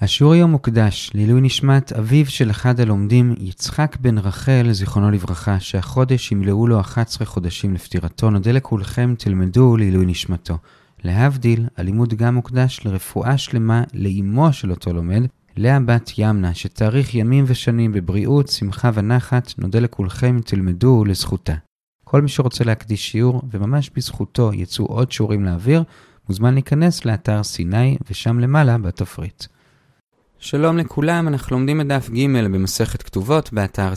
השיעור היום מוקדש לעילוי נשמת אביו של אחד הלומדים, יצחק בן רחל, זיכרונו לברכה, שהחודש ימלאו לו 11 חודשים לפטירתו. נודה לכולכם, תלמדו לעילוי נשמתו. להבדיל, הלימוד גם מוקדש לרפואה שלמה לאמו של אותו לומד, לאה בת ימנה, שתאריך ימים ושנים בבריאות, שמחה ונחת. נודה לכולכם, תלמדו לזכותה. כל מי שרוצה להקדיש שיעור, וממש בזכותו יצאו עוד שיעורים לאוויר, מוזמן להיכנס לאתר סיני, ושם למעלה בתפריט. שלום לכולם, אנחנו לומדים את דף ג' במסכת כתובות באתר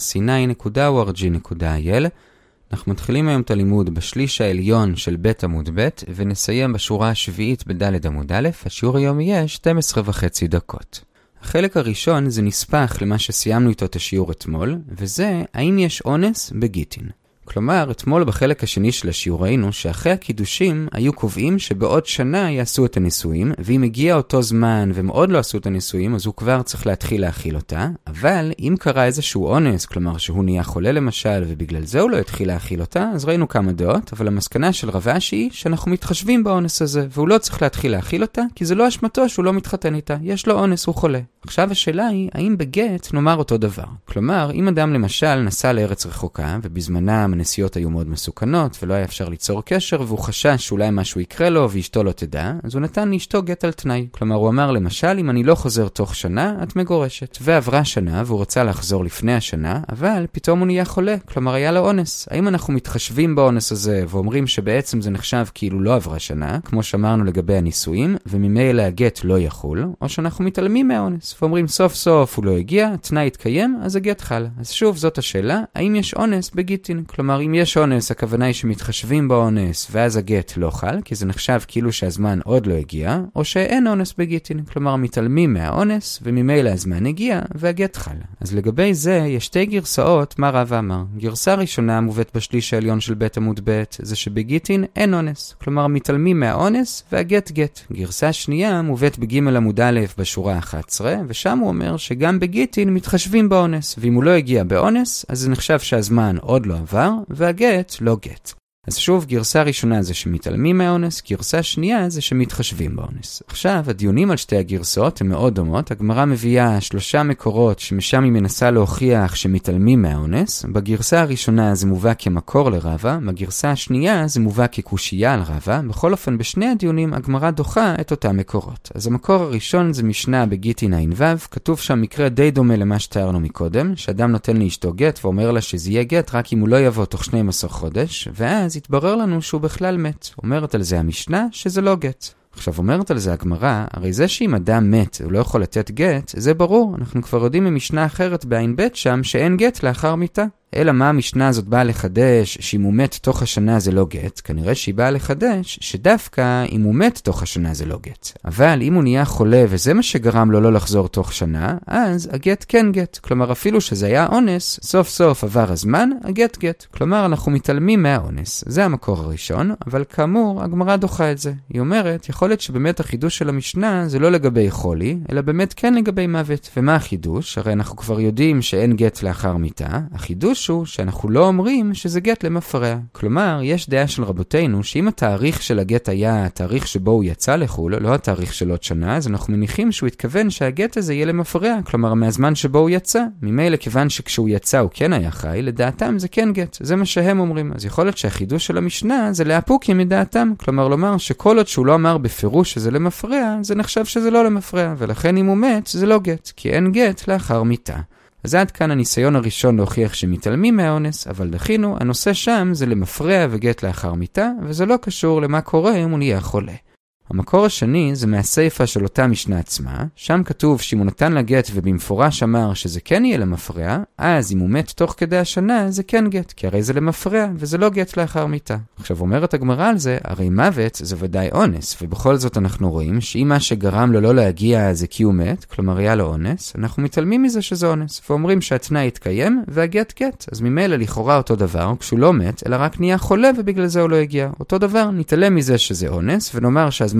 sinai.org.il. אנחנו מתחילים היום את הלימוד בשליש העליון של ב' עמוד ב' ונסיים בשורה השביעית בד' עמוד א'. השיעור היום יהיה 12.5 דקות. החלק הראשון זה נספח למה שסיימנו איתו את השיעור אתמול, וזה האם יש אונס בגיטין. כלומר, אתמול בחלק השני של השיעור ראינו שאחרי הקידושים היו קובעים שבעוד שנה יעשו את הנישואים, ואם הגיע אותו זמן ומאוד לא עשו את הנישואים, אז הוא כבר צריך להתחיל להכיל אותה. אבל אם קרה איזשהו אונס, כלומר שהוא נהיה חולה למשל, ובגלל זה הוא לא התחיל להכיל אותה, אז ראינו כמה דעות, אבל המסקנה של רב אשי היא שאנחנו מתחשבים באונס הזה, והוא לא צריך להתחיל להכיל אותה, כי זה לא אשמתו שהוא לא מתחתן איתה, יש לו אונס, הוא חולה. עכשיו השאלה היא, האם בגט נאמר אותו דבר? כלומר, אם אדם למשל נסע לארץ רחוקה, ובזמנם הנסיעות היו מאוד מסוכנות, ולא היה אפשר ליצור קשר, והוא חשש שאולי משהו יקרה לו, ואשתו לא תדע, אז הוא נתן לאשתו גט על תנאי. כלומר, הוא אמר למשל, אם אני לא חוזר תוך שנה, את מגורשת. ועברה שנה, והוא רצה לחזור לפני השנה, אבל פתאום הוא נהיה חולה, כלומר היה לו אונס. האם אנחנו מתחשבים באונס הזה, ואומרים שבעצם זה נחשב כאילו לא עברה שנה, כמו שאמרנו לגבי הנישואים, וממילא הגט לא יחול, או שאנחנו מתעלמים מהאונס, ואומרים סוף סוף הוא לא הגיע, התנאי התקיים, אז הגט חל. אז שוב, זאת השאלה, האם יש אונס בגיטין? כלומר, אם יש אונס, הכוונה היא שמתחשבים באונס, ואז הגט לא חל, כי זה נחשב כאילו שהזמן עוד לא הגיע, או שאין אונס בגיטין, כלומר, מתעלמים מהאונס, וממילא הזמן הגיע, והגט חל. אז לגבי זה, יש שתי גרסאות, מה רב אמר. גרסה ראשונה מובאת בשליש העליון של ב' עמוד ב', זה שבגיטין אין אונס, כלומר, מתעלמים מהאונס, והגט גט. גרסה שנייה מובאת בג' עמוד א' בשורה 11, ושם הוא אומר שגם בגיטין מתחשבים באונס, ואם הוא לא הגיע באונס, אז זה נחשב שהזמן עוד לא עבר, והגט לא גט. אז שוב, גרסה ראשונה זה שמתעלמים מהאונס, גרסה שנייה זה שמתחשבים באונס. עכשיו, הדיונים על שתי הגרסאות הן מאוד דומות. הגמרא מביאה 3 מקורות שמשם היא מנסה להוכיח שמתעלמים מהאונס. בגרסה הראשונה זה מובא כמקור לרבה, בגרסה השנייה זה מובא כקושייה על רבה. בכל אופן, בשני הדיונים הגמרא דוחה את אותם מקורות. אז המקור הראשון זה משנה בגיטין ע"ו, כתוב שם מקרה די דומה למה שתיארנו מקודם, שאדם נותן לאשתו גט ואומר לה שזה יהיה גט רק אם הוא לא יבוא תוך 12 חודש, ואז התברר לנו שהוא בכלל מת. אומרת על זה המשנה שזה לא גט. עכשיו אומרת על זה הגמרא, הרי זה שאם אדם מת הוא לא יכול לתת גט, זה ברור. אנחנו כבר יודעים ממשנה אחרת בעין ב' שם שאין גט לאחר מיתה. אלא מה המשנה הזאת באה לחדש, שאם הוא מת תוך השנה זה לא גט? כנראה שהיא באה לחדש שדווקא אם הוא מת תוך השנה זה לא גט. אבל אם הוא נהיה חולה וזה מה שגרם לו לא לחזור תוך שנה, אז הגט כן גט. כלומר אפילו שזה היה אונס, סוף סוף עבר הזמן, הגט גט. כלומר אנחנו מתעלמים מהאונס. זה המקור הראשון, אבל כאמור הגמרא דוחה את זה. היא אומרת, יכול להיות שבאמת החידוש של המשנה זה לא לגבי חולי, אלא באמת כן לגבי מוות. ומה החידוש? הרי אנחנו כבר יודעים שאין גט לאחר מיתה. החידוש הוא שאנחנו לא אומרים שזה גט למפרע. כלומר, יש דעה של רבותינו שאם התאריך של הגט היה התאריך שבו הוא יצא לחול, לא התאריך של עוד שנה, אז אנחנו מניחים שהוא התכוון שהגט הזה יהיה למפרע, כלומר מהזמן שבו הוא יצא. ממילא כיוון שכשהוא יצא הוא כן היה חי, לדעתם זה כן גט. זה מה שהם אומרים. אז יכול להיות שהחידוש של המשנה זה להפוקים מדעתם. כלומר, לומר שכל עוד שהוא לא אמר בפירוש שזה למפרע, זה נחשב שזה לא למפרע, ולכן אם הוא מת זה לא גט, כי אין גט לאחר מיתה. אז עד כאן הניסיון הראשון להוכיח שמתעלמים מהאונס, אבל דחינו, הנושא שם זה למפרע וגט לאחר מיתה, וזה לא קשור למה קורה אם הוא נהיה חולה. המקור השני זה מהסייפה של אותה משנה עצמה, שם כתוב שאם הוא נתן לה גט ובמפורש אמר שזה כן יהיה למפרע, אז אם הוא מת תוך כדי השנה זה כן גט, כי הרי זה למפרע וזה לא גט לאחר מיתה. עכשיו אומרת הגמרא על זה, הרי מוות זה ודאי אונס, ובכל זאת אנחנו רואים שאם מה שגרם לו לא להגיע זה כי הוא מת, כלומר היה לו אונס, אנחנו מתעלמים מזה שזה אונס, ואומרים שהתנאי יתקיים והגט גט. אז ממילא לכאורה אותו דבר, כשהוא לא מת, אלא רק נהיה חולה ובגלל זה הוא לא הגיע. אותו דבר, נתעלם מזה שזה אונס, ונאמר שהזמן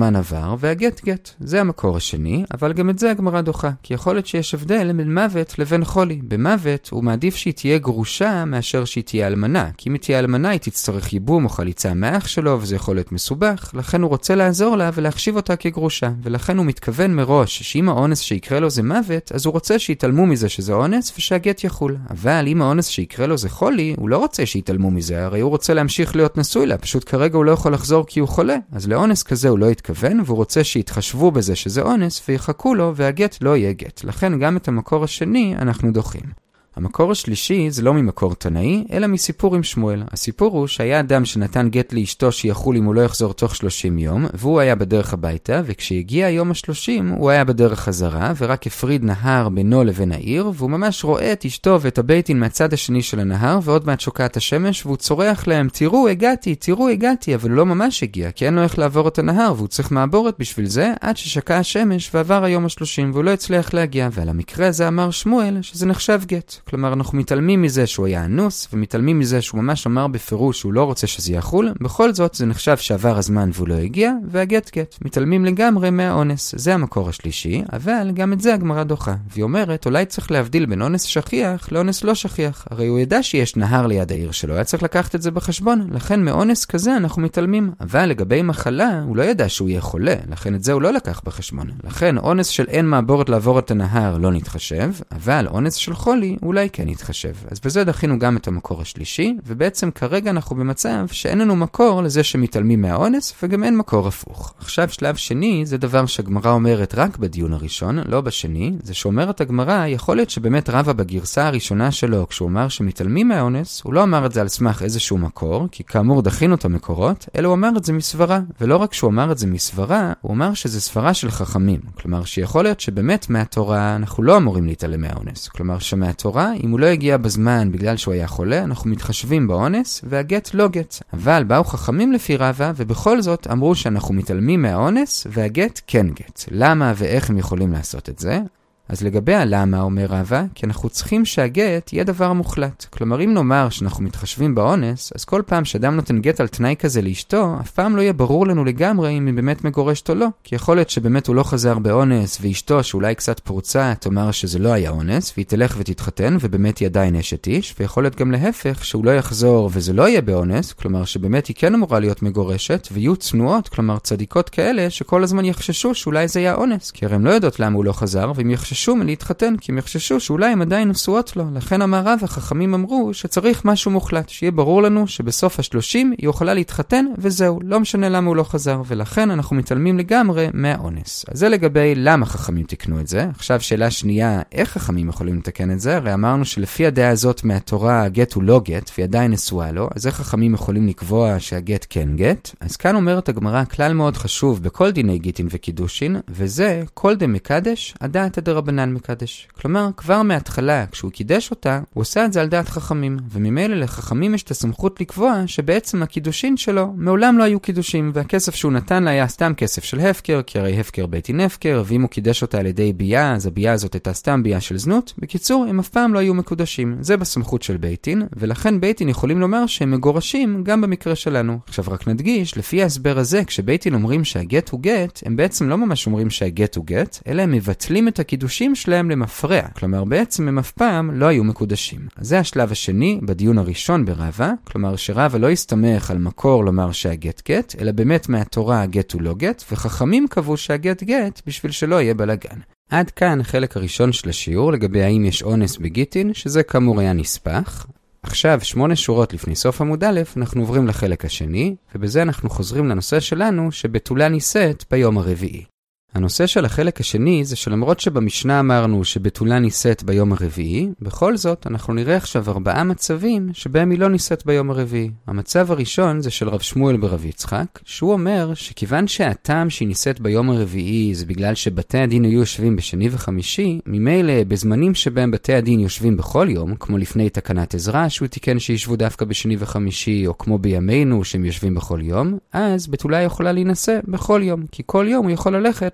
הזמן עבר והגט גט. זה המקור השני, אבל גם את זה הגמרא דוחה, כי יכול להיות שיש הבדל בין מוות לבין חולי. במוות הוא מעדיף שהיא תהיה גרושה מאשר שהיא תהיה אלמנה, כי אם היא תהיה אלמנה היא תצטרך ייבום או חליצה מאח שלו, וזה יכול להיות מסובך, לכן הוא רוצה לעזור לה ולהחשיב אותה כגרושה, ולכן הוא מתכוון מראש שאם האונס שיקרה לו זה מוות, אז הוא רוצה שיתעלמו מזה שזה אונס ושהגט יחול. אבל אם האונס שיקרה לו זה חולי, הוא לא רוצה שיתעלמו מזה, הרי הוא רוצה להמשיך להיות נשוי לה, פשוט כרגע הוא לא יכול לחזור כי הוא חולה. אז לאונס כזה הוא לא התכוון, והוא רוצה שיתחשבו בזה שזה אונס ויחכו לו והגט לא יהיה גט. לכן גם את המקור השני אנחנו דוחים. המקור השלישי זה לא ממקור תנאי, אלא מסיפור עם שמואל. הסיפור הוא שהיה אדם שנתן גט לאשתו שיחול אם הוא לא יחזור תוך 30 יום, והוא היה בדרך הביתה, וכשהגיע היום ה-30 הוא היה בדרך חזרה, ורק הפריד נהר בינו לבין העיר, והוא ממש רואה את אשתו ואת הבייטין מהצד השני של הנהר, ועוד מעט שוקעת השמש, והוא צורח להם, תראו הגעתי, אבל הוא לא ממש הגיע, כי אין לו איך לעבור את הנהר, והוא צריך מעבורת בשביל זה, עד ששקע השמש ועבר היום ה-30, והוא לא הצליח להגיע. ועל המקרה הזה אמר שמואל שזה נחשב גט. כלומר, אנחנו מתעלמים מזה שהוא היה אנוס, ומתעלמים מזה שהוא ממש אמר בפירוש שהוא לא רוצה שזה יחול. בכל זאת, זה נחשב שעבר הזמן והוא לא הגיע, והגט גט. מתעלמים לגמרי מהאונס. זה המקור השלישי, אבל גם את זה הגמרא דוחה. והיא אומרת, אולי צריך להבדיל בין אונס שכיח לאונס לא שכיח. הרי הוא ידע שיש נהר ליד העיר שלו, היה צריך לקחת את זה בחשבון. לכן מאונס כזה אנחנו מתעלמים. אבל לגבי מחלה, הוא לא ידע שהוא יהיה חולה, לכן את זה הוא לא לקח בחשבון. לכן אונס של אין מעבורת לעבור את הנהר לא נתחשב, אבל אונס של חולי אולי כן יתחשב. אז בזה דחינו גם את המקור השלישי, ובעצם כרגע אנחנו במצב שאין לנו מקור לזה שמתעלמים מהאונס, וגם אין מקור הפוך. עכשיו שלב שני, זה דבר שהגמרא אומרת רק בדיון הראשון, לא בשני, זה שאומרת הגמרא, יכול להיות שבאמת רבא בגרסה הראשונה שלו, כשהוא אמר שמתעלמים מהאונס, הוא לא אמר את זה על סמך איזשהו מקור, כי כאמור דחינו את המקורות, אלא הוא אמר את זה מסברה. ולא רק שהוא אמר את זה מסברה, הוא אמר שזה סברה של חכמים. כלומר, שיכול להיות שבאמת מהתורה אנחנו לא אמורים להתעלם מהאונס. כלומר, שמהתורה, אם הוא לא הגיע בזמן בגלל שהוא היה חולה, אנחנו מתחשבים באונס, והגט לא גט. אבל באו חכמים לפי רבא, ובכל זאת אמרו שאנחנו מתעלמים מהאונס, והגט כן גט. למה ואיך הם יכולים לעשות את זה? אז לגבי הלמה, אומר רבא, כי אנחנו צריכים שהגט יהיה דבר מוחלט. כלומר, אם נאמר שאנחנו מתחשבים באונס, אז כל פעם שאדם נותן גט על תנאי כזה לאשתו, אף פעם לא יהיה ברור לנו לגמרי אם היא באמת מגורשת או לא. כי יכול להיות שבאמת הוא לא חזר באונס, ואשתו שאולי קצת פרוצה תאמר שזה לא היה אונס, והיא תלך ותתחתן, ובאמת היא עדיין אשת איש, ויכול להיות גם להפך שהוא לא יחזור וזה לא יהיה באונס, כלומר שבאמת היא כן אמורה להיות מגורשת, ויהיו צנועות, כלומר צדיקות כאלה שכל הזמן יחששו שאולי זה היה אונס, כי הם לא יודעות למה הוא לא חזר, והם יחששו מלהתחתן, כי הם יחששו שאולי הם עדיין נשואות לו. לכן אמר רבא, החכמים אמרו שצריך משהו מוחלט, שיהיה ברור לנו שבסוף ה-30 היא יכולה להתחתן וזהו, לא משנה למה הוא לא חזר, ולכן אנחנו מתעלמים לגמרי מהאונס. אז זה לגבי למה חכמים תקנו את זה. עכשיו שאלה שנייה, איך חכמים יכולים לתקן את זה? הרי אמרנו שלפי הדעה הזאת מהתורה הגט הוא לא גט, והיא עדיין נשואה לו, אז איך חכמים יכולים לקבוע שהגט כן גט? אז כאן אומרת הגמרא כלל מאוד חשוב בכל דיני גיטין וקידושין, וזה כל דמקדש הדעת הדרבנן מקדש. כלומר, כבר מההתחלה, כשהוא קידש אותה, הוא עושה את זה על דעת חכמים, וממילא לחכמים יש את הסמכות לקבוע שבעצם הקידושין שלו מעולם לא היו קידושים, והכסף שהוא נתן לה היה סתם כסף של הפקר, כי הרי הפקר בייטין הפקר, ואם הוא קידש אותה על ידי בייה, אז הבייה הזאת הייתה סתם בייה של זנות. בקיצור, הם אף פעם לא היו מקודשים. זה בסמכות של בייטין, ולכן בייטין יכולים לומר שהם מגורשים גם במקרה שלנו. עכשיו רק נדגיש, לפי ההסבר הזה, כשבייטין אומרים שהגט הוא גט, הם בעצם לא ממש אומרים שהגט הוא גט, אלא הם מבטלים את הקידושים שלהם למפרע. כלומר, בעצם הם אף פעם לא היו מקודשים. אז זה השלב השני בדיון הראשון ברבא, כלומר שרבא לא הסתמך על מקור לומר שהגט גט, אלא באמת מהתורה הגט הוא לא גט, וחכמים קבעו שהגט גט בשביל שלא יהיה בלגן. עד כאן החלק הראשון של השיעור לגבי האם יש אונס בגיטין, שזה כאמור היה נספח. עכשיו 8 שורות לפני סוף עמוד א', אנחנו עוברים לחלק השני, ובזה אנחנו חוזרים לנושא שלנו שבתולה נישאת ביום הרביעי. הנושא של החלק השני זה שלמרות שבמשנה אמרנו שבתולה נישאת ביום הרביעי, בכל זאת אנחנו נראה עכשיו 4 מצבים שבהם היא לא נישאת ביום הרביעי. המצב הראשון זה של רב שמואל ברב יצחק, שהוא אומר שכיוון שהטעם שהיא נישאת ביום הרביעי זה בגלל שבתי הדין היו יושבים בשני וחמישי, ממילא בזמנים שבהם בתי הדין יושבים בכל יום, כמו לפני תקנת עזרא שהוא תיקן שישבו דווקא בשני וחמישי, או כמו בימינו שהם יושבים בכל יום, אז בתולה יכולה להינשא בכל יום, כי כל יום הוא יכול ללכת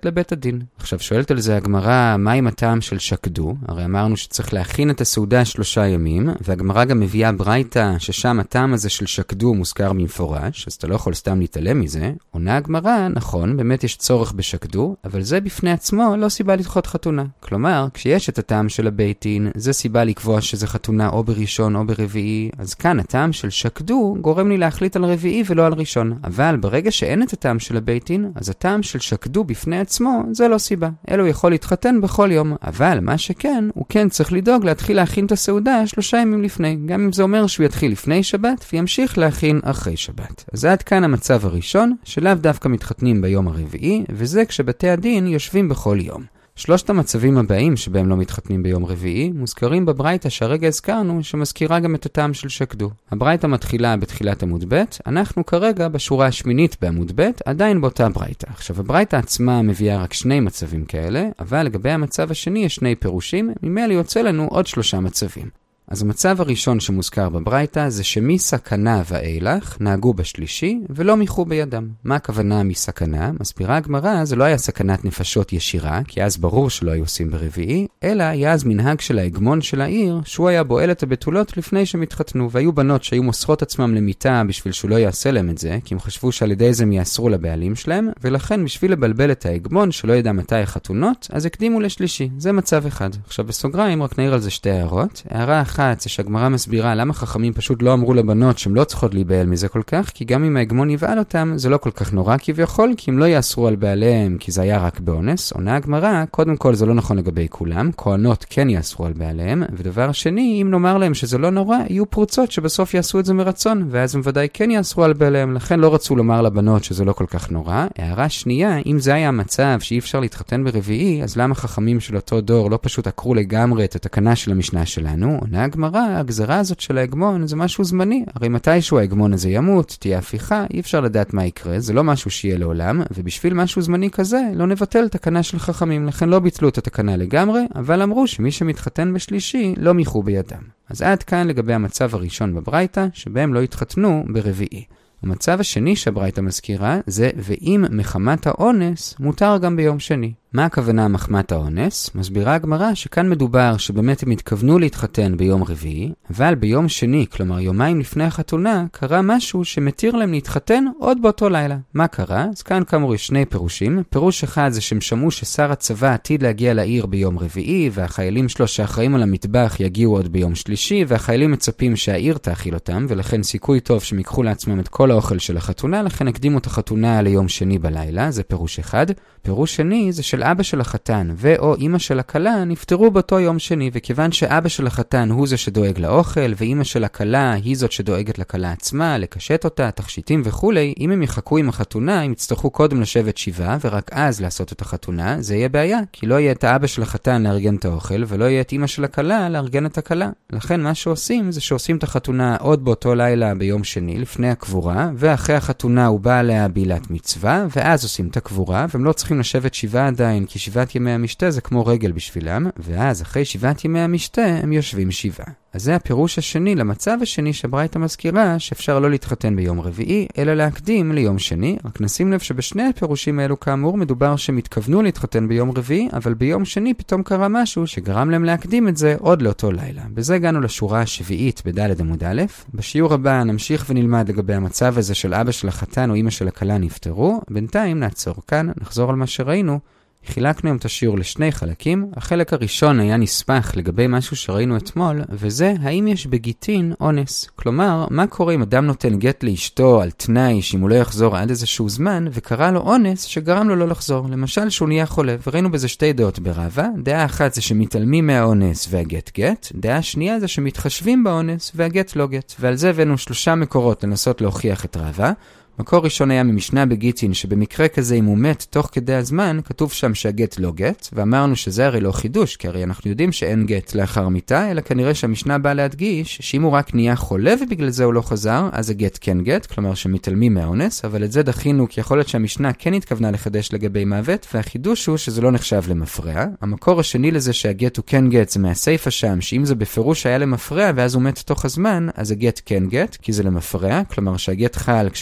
לבית הדין. עכשיו שואלת על זה הגמרא, מה עם הטעם של שקדו? הרי אמרנו שצריך להכין את הסעודה 3 ימים, והגמרא גם מביאה ברייתא ששם הטעם הזה של שקדו מוזכר במפורש, אז אתה לא יכול סתם להתעלם מזה. עונה הגמרא, נכון, באמת יש צורך בשקדו, אבל זה בפני עצמו לא סיבה לדחות חתונה. כלומר, כשיש את הטעם של הבית דין, זה סיבה לקבוע שזה חתונה או בראשון או ברביעי, אז כאן הטעם של שקדו גורם לי להחליט על רביעי ולא על ראשון. אבל ברגע שאין את הטעם של הבית דין, אז הטעם של שקדו בפני עצמו זה לא סיבה. אלו יכול להתחתן בכל יום, אבל מה שכן, הוא כן צריך לדאוג להתחיל להכין את הסעודה 3 ימים לפני, גם אם זה אומר שהוא יתחיל לפני שבת וימשיך להכין אחרי שבת. אז עד כאן המצב הראשון, שלאו דווקא מתחתנים ביום הרביעי, וזה כשבתי הדין יושבים בכל יום. 3 המצבים הבאים שבהם לא מתחתנים ביום רביעי מוזכרים בברייתא שהרגע הזכרנו, שמזכירה גם את הטעם של שקדו. הברייתא מתחילה בתחילת עמוד ב', אנחנו כרגע בשורה השמינית בעמוד ב', עדיין באותה ברייתא. עכשיו הברייתא עצמה מביאה רק 2 מצבים כאלה, אבל לגבי המצב השני יש 2 פירושים, ממילא יוצא לנו עוד 3 מצבים. אז המצב הראשון שמוזכר בברייתא זה שמסכנה ואילך נהגו בשלישי ולא מיחו בידם. מה הכוונה מסכנה? מסבירה הגמרא, זה לא היה סכנת נפשות ישירה, כי אז ברור שלא היו עושים ברביעי, אלא היה אז מנהג של ההגמון של העיר, שהוא היה בועל את הבתולות לפני שמתחתנו, והיו בנות שהיו מוסרות עצמם למיטה בשביל שהוא לא יעשה להם את זה, כי הם חשבו שעל ידי זה הם יאסרו לבעלים שלהם, ולכן בשביל לבלבל את ההגמון שלא ידע מתי החתונות, אז הקדימו לשלישי. זה מצב אחד. עכשיו בסוגריים רק נעיר על זה 2 הערות. הערה אחת זה שהגמרא מסבירה למה חכמים פשוט לא אמרו לבנות שהן לא צריכות להיבעל מזה כל כך, כי גם אם ההגמון יבעל אותם זה לא כל כך נורא כביכול, כי הם לא יאסרו על בעליהם, כי זה היה רק באונס. עונה הגמרא, קודם כל זה לא נכון לגבי כולם, כהנות כן יאסרו על בעליהם, ודבר שני, אם נאמר להם שזה לא נורא, יהיו פרוצות שבסוף יעשו את זה מרצון, ואז הם ודאי כן יאסרו על בעליהם, לכן לא רצו לומר לבנות שזה לא כל כך נורא. הערה שנייה, אם זה היה המצב שאי אפשר להתחתן ברביעי, אז למה חכמים של אותו דור לא פשוט עקרו לגמרי את התקנה של המשנה שלנו? עונה הגמרא, הגזרה הזאת של ההגמון זה משהו זמני. הרי מתישהו ההגמון הזה ימות, תהיה הפיכה, אי אפשר לדעת מה יקרה, זה לא משהו שיהיה לעולם, ובשביל משהו זמני כזה לא נבטל תקנה של חכמים, לכן לא ביטלו את התקנה לגמרי, אבל אמרו שמי שמתחתן בשלישי לא מיחו בידם. אז עד כאן לגבי המצב הראשון בברייתא, שבהם לא התחתנו ברביעי. המצב השני שהברייתא מזכירה זה ואם מחמת האונס מותר גם ביום שני. מה הכוונה מחמת האונס? מסבירה הגמרא שכאן מדובר שבאמת הם התכוונו להתחתן ביום רביעי, אבל ביום שני, כלומר יומיים לפני החתונה, קרה משהו שמתיר להם להתחתן עוד באותו לילה. מה קרה? אז כאן כאמור יש 2 פירושים. פירוש אחד זה שהם שמעו ששר הצבא עתיד להגיע לעיר ביום רביעי, והחיילים שלו שאחראים על המטבח יגיעו עוד ביום שלישי, והחיילים מצפים שהעיר תאכיל אותם, ולכן סיכוי טוב שהם ייקחו לעצמם את כל האוכל של החתונה, לכן הקדימו את החתונה ליום שני בלילה. זה פירוש אחד. פירוש שני זה של אבא של החתן ואו אמא של הכלה נפטרו באותו יום שני, וכיוון שאבא של החתן הוא זה שדואג לאוכל ואמא של הכלה היא זאת שדואגת לכלה עצמה, לקשט אותה, תכשיטים וכולי, אם הם יחכו עם החתונה הם יצטרכו קודם לשבת שבעה ורק אז לעשות את החתונה, זה יהיה בעיה, כי לא יהיה את האבא של החתן לארגן את האוכל ולא יהיה את אמא של הכלה לארגן את הכלה. לכן מה שעושים זה שעושים את החתונה עוד באותו לילה ביום שני לפני הקבורה, ואחרי החתונה הוא בא עליה בעילת מצווה, ואז עושים את הקבורה, והם לא צריכים לשבת שבעה עדיין, כי 7 ימי המשתה זה כמו רגל בשבילם, ואז אחרי 7 ימי המשתה הם יושבים 7. אז זה הפירוש השני למצב השני שהברייתא מזכירה שאפשר לא להתחתן ביום רביעי, אלא להקדים ליום שני. רק נשים לב שבשני הפירושים האלו כאמור מדובר שהם התכוונו להתחתן ביום רביעי, אבל ביום שני פתאום קרה משהו שגרם להם להקדים את זה עוד לאותו לילה. בזה הגענו לשורה השביעית בד' עמוד א'. בשיעור הבא נמשיך ונלמד לגבי המצב הזה של אבא של החתן או אמא של הכלה נפטרו. בינתיים נעצור כאן, נחזור על מה שראינו. חילקנו את השיעור ל2 חלקים. החלק הראשון היה נספח לגבי משהו שראינו אתמול, וזה האם יש בגיטין אונס. כלומר, מה קורה אם אדם נותן גט לאשתו על תנאי שאם הוא לא יחזור עד איזשהו זמן, וקרה לו אונס שגרם לו לא לחזור. למשל שהוא נהיה חולה, וראינו בזה 2 דעות ברבא. דעה אחת זה שמתעלמים מהאונס והגט גט. דעה שנייה זה שמתחשבים באונס והגט לא גט. ועל זה הבאנו 3 מקורות לנסות להוכיח את רבא. מקור ראשון היה ממשנה בגיטין, שבמקרה כזה אם הוא מת תוך כדי הזמן, כתוב שם שהגט לא גט, ואמרנו שזה הרי לא חידוש, כי הרי אנחנו יודעים שאין גט לאחר מיתה, אלא כנראה שהמשנה באה להדגיש שאם הוא רק נהיה חולה ובגלל זה הוא לא חזר, אז הגט כן גט, כלומר שמתעלמים מהאונס, אבל את זה דחינו כי יכול להיות שהמשנה כן התכוונה לחדש לגבי מוות, והחידוש הוא שזה לא נחשב למפרע. המקור השני לזה שהגט הוא כן גט זה מהסייפה שם, שאם זה בפירוש היה למפרע ואז הוא מת תוך הזמן, אז הגט כן גט, כי זה למפרע, כלומר שהגט חל כשהוא כן היה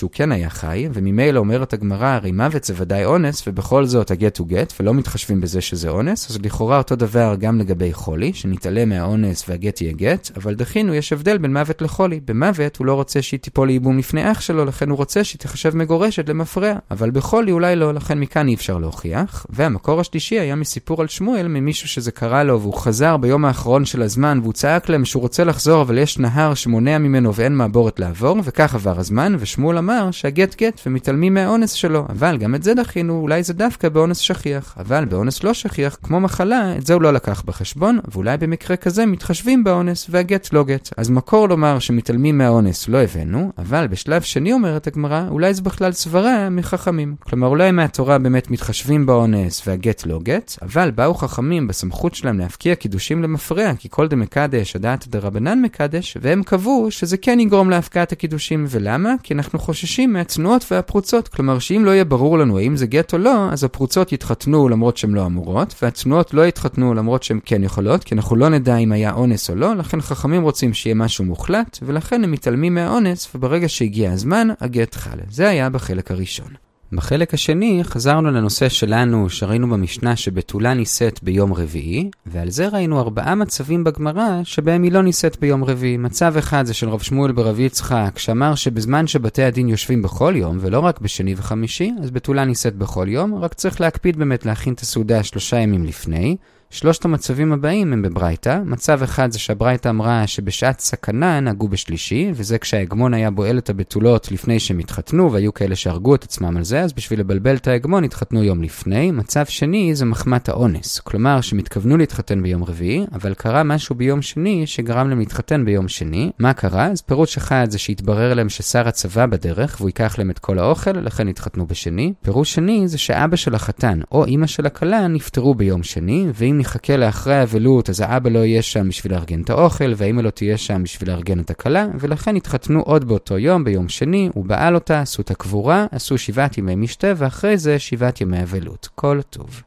החי, וממילא אומרת הגמרא, הרי מוות זה ודאי אונס, ובכל זאת הגט הוא גט, ולא מתחשבים בזה שזה אונס, אז לכאורה אותו דבר גם לגבי חולי, שנתעלם מהאונס והגט יהיה גט, אבל דחינו יש הבדל בין מוות לחולי. במוות הוא לא רוצה שהיא תיפול לייבום לפני אח שלו, לכן הוא רוצה שהיא תחשב מגורשת למפרע, אבל בחולי אולי לא, לכן מכאן אי אפשר להוכיח. והמקור השלישי היה מסיפור על שמואל, ממישהו שזה קרה לו, והוא חזר ביום האחרון של הזמן, והוא צעק להם שהוא רוצה לחזור, אבל יש נהר שמונע ממנו ואין מעבורת לעבור, וכך עבר הזמן, ושמואל אמר שהגט גט ומתעלמים מהאונס שלו. אבל גם את זה דחינו, אולי זה דווקא באונס שכיח, אבל באונס לא שכיח, כמו מחלה, את זה הוא לא לקח בחשבון, ואולי במקרה כזה מתחשבים באונס והגט לא גט. אז מקור לומר שמתעלמים מהאונס לא הבאנו, אבל בשלב שני אומרת הגמרא, אולי זה בכלל סברה מחכמים. כלומר, אולי מהתורה באמת מתחשבים באונס והגט לא גט, אבל באו חכמים בסמכות שלהם להפקיע קידושים למפרע, כי כל דמקדש, הדעת דרבנן מקדש, והם קבעו שזה כן יגרום להפקעת הקידושים. ולמה? כי אנחנו חוששים מהצנועות והפרוצות. כלומר, שאם לא יהיה ברור לנו האם זה גט או לא, אז הפרוצות יתחתנו למרות שהן לא אמורות, והצנועות לא יתחתנו למרות שהן כן יכולות, כי אנחנו לא נדע אם היה אונס או לא, לכן חכמים רוצים שיהיה משהו מוחלט, ולכן הם מתעלמים מהאונס, וברגע שהגיע הזמן, הגט חל. זה היה בחלק הראשון. בחלק השני חזרנו לנושא שלנו שראינו במשנה שבתולה ניסית ביום רביעי, ועל זה ראינו 4 מצבים בגמרא שבהם היא לא ניסית ביום רביעי. מצב אחד זה של רב שמואל ברב יצחק, שאמר שבזמן שבתי הדין יושבים בכל יום, ולא רק בשני וחמישי, אז בתולה ניסית בכל יום, רק צריך להקפיד באמת להכין את הסעודה 3 ימים לפני. 3 המצבים הבאים הם בברייתא. מצב אחד זה שהברייתא אמרה שבשעת סכנה נהגו בשלישי, וזה כשההגמון היה בועל את הבתולות לפני שהם התחתנו, והיו כאלה שהרגו את עצמם על זה, אז בשביל לבלבל את ההגמון התחתנו יום לפני. מצב שני זה מחמת האונס, כלומר שמתכוונו להתחתן ביום רביעי, אבל קרה משהו ביום שני שגרם להם להתחתן ביום שני. מה קרה? אז פירוש אחד זה שהתברר להם ששר הצבא בדרך, והוא ייקח להם את כל האוכל, לכן התחתנו בשני. פירוש שני זה שאבא של החתן או אמא של הכלה נפטרו ביום שני, ואם נחכה לאחרי האבלות, אז האבא לא יהיה שם בשביל לארגן את האוכל, והאמא לא תהיה שם בשביל לארגן את הכלה, ולכן התחתנו עוד באותו יום, ביום שני, הוא בעל אותה, עשו את הקבורה, עשו 7 ימי משתה, ואחרי זה 7 ימי אבלות. כל טוב.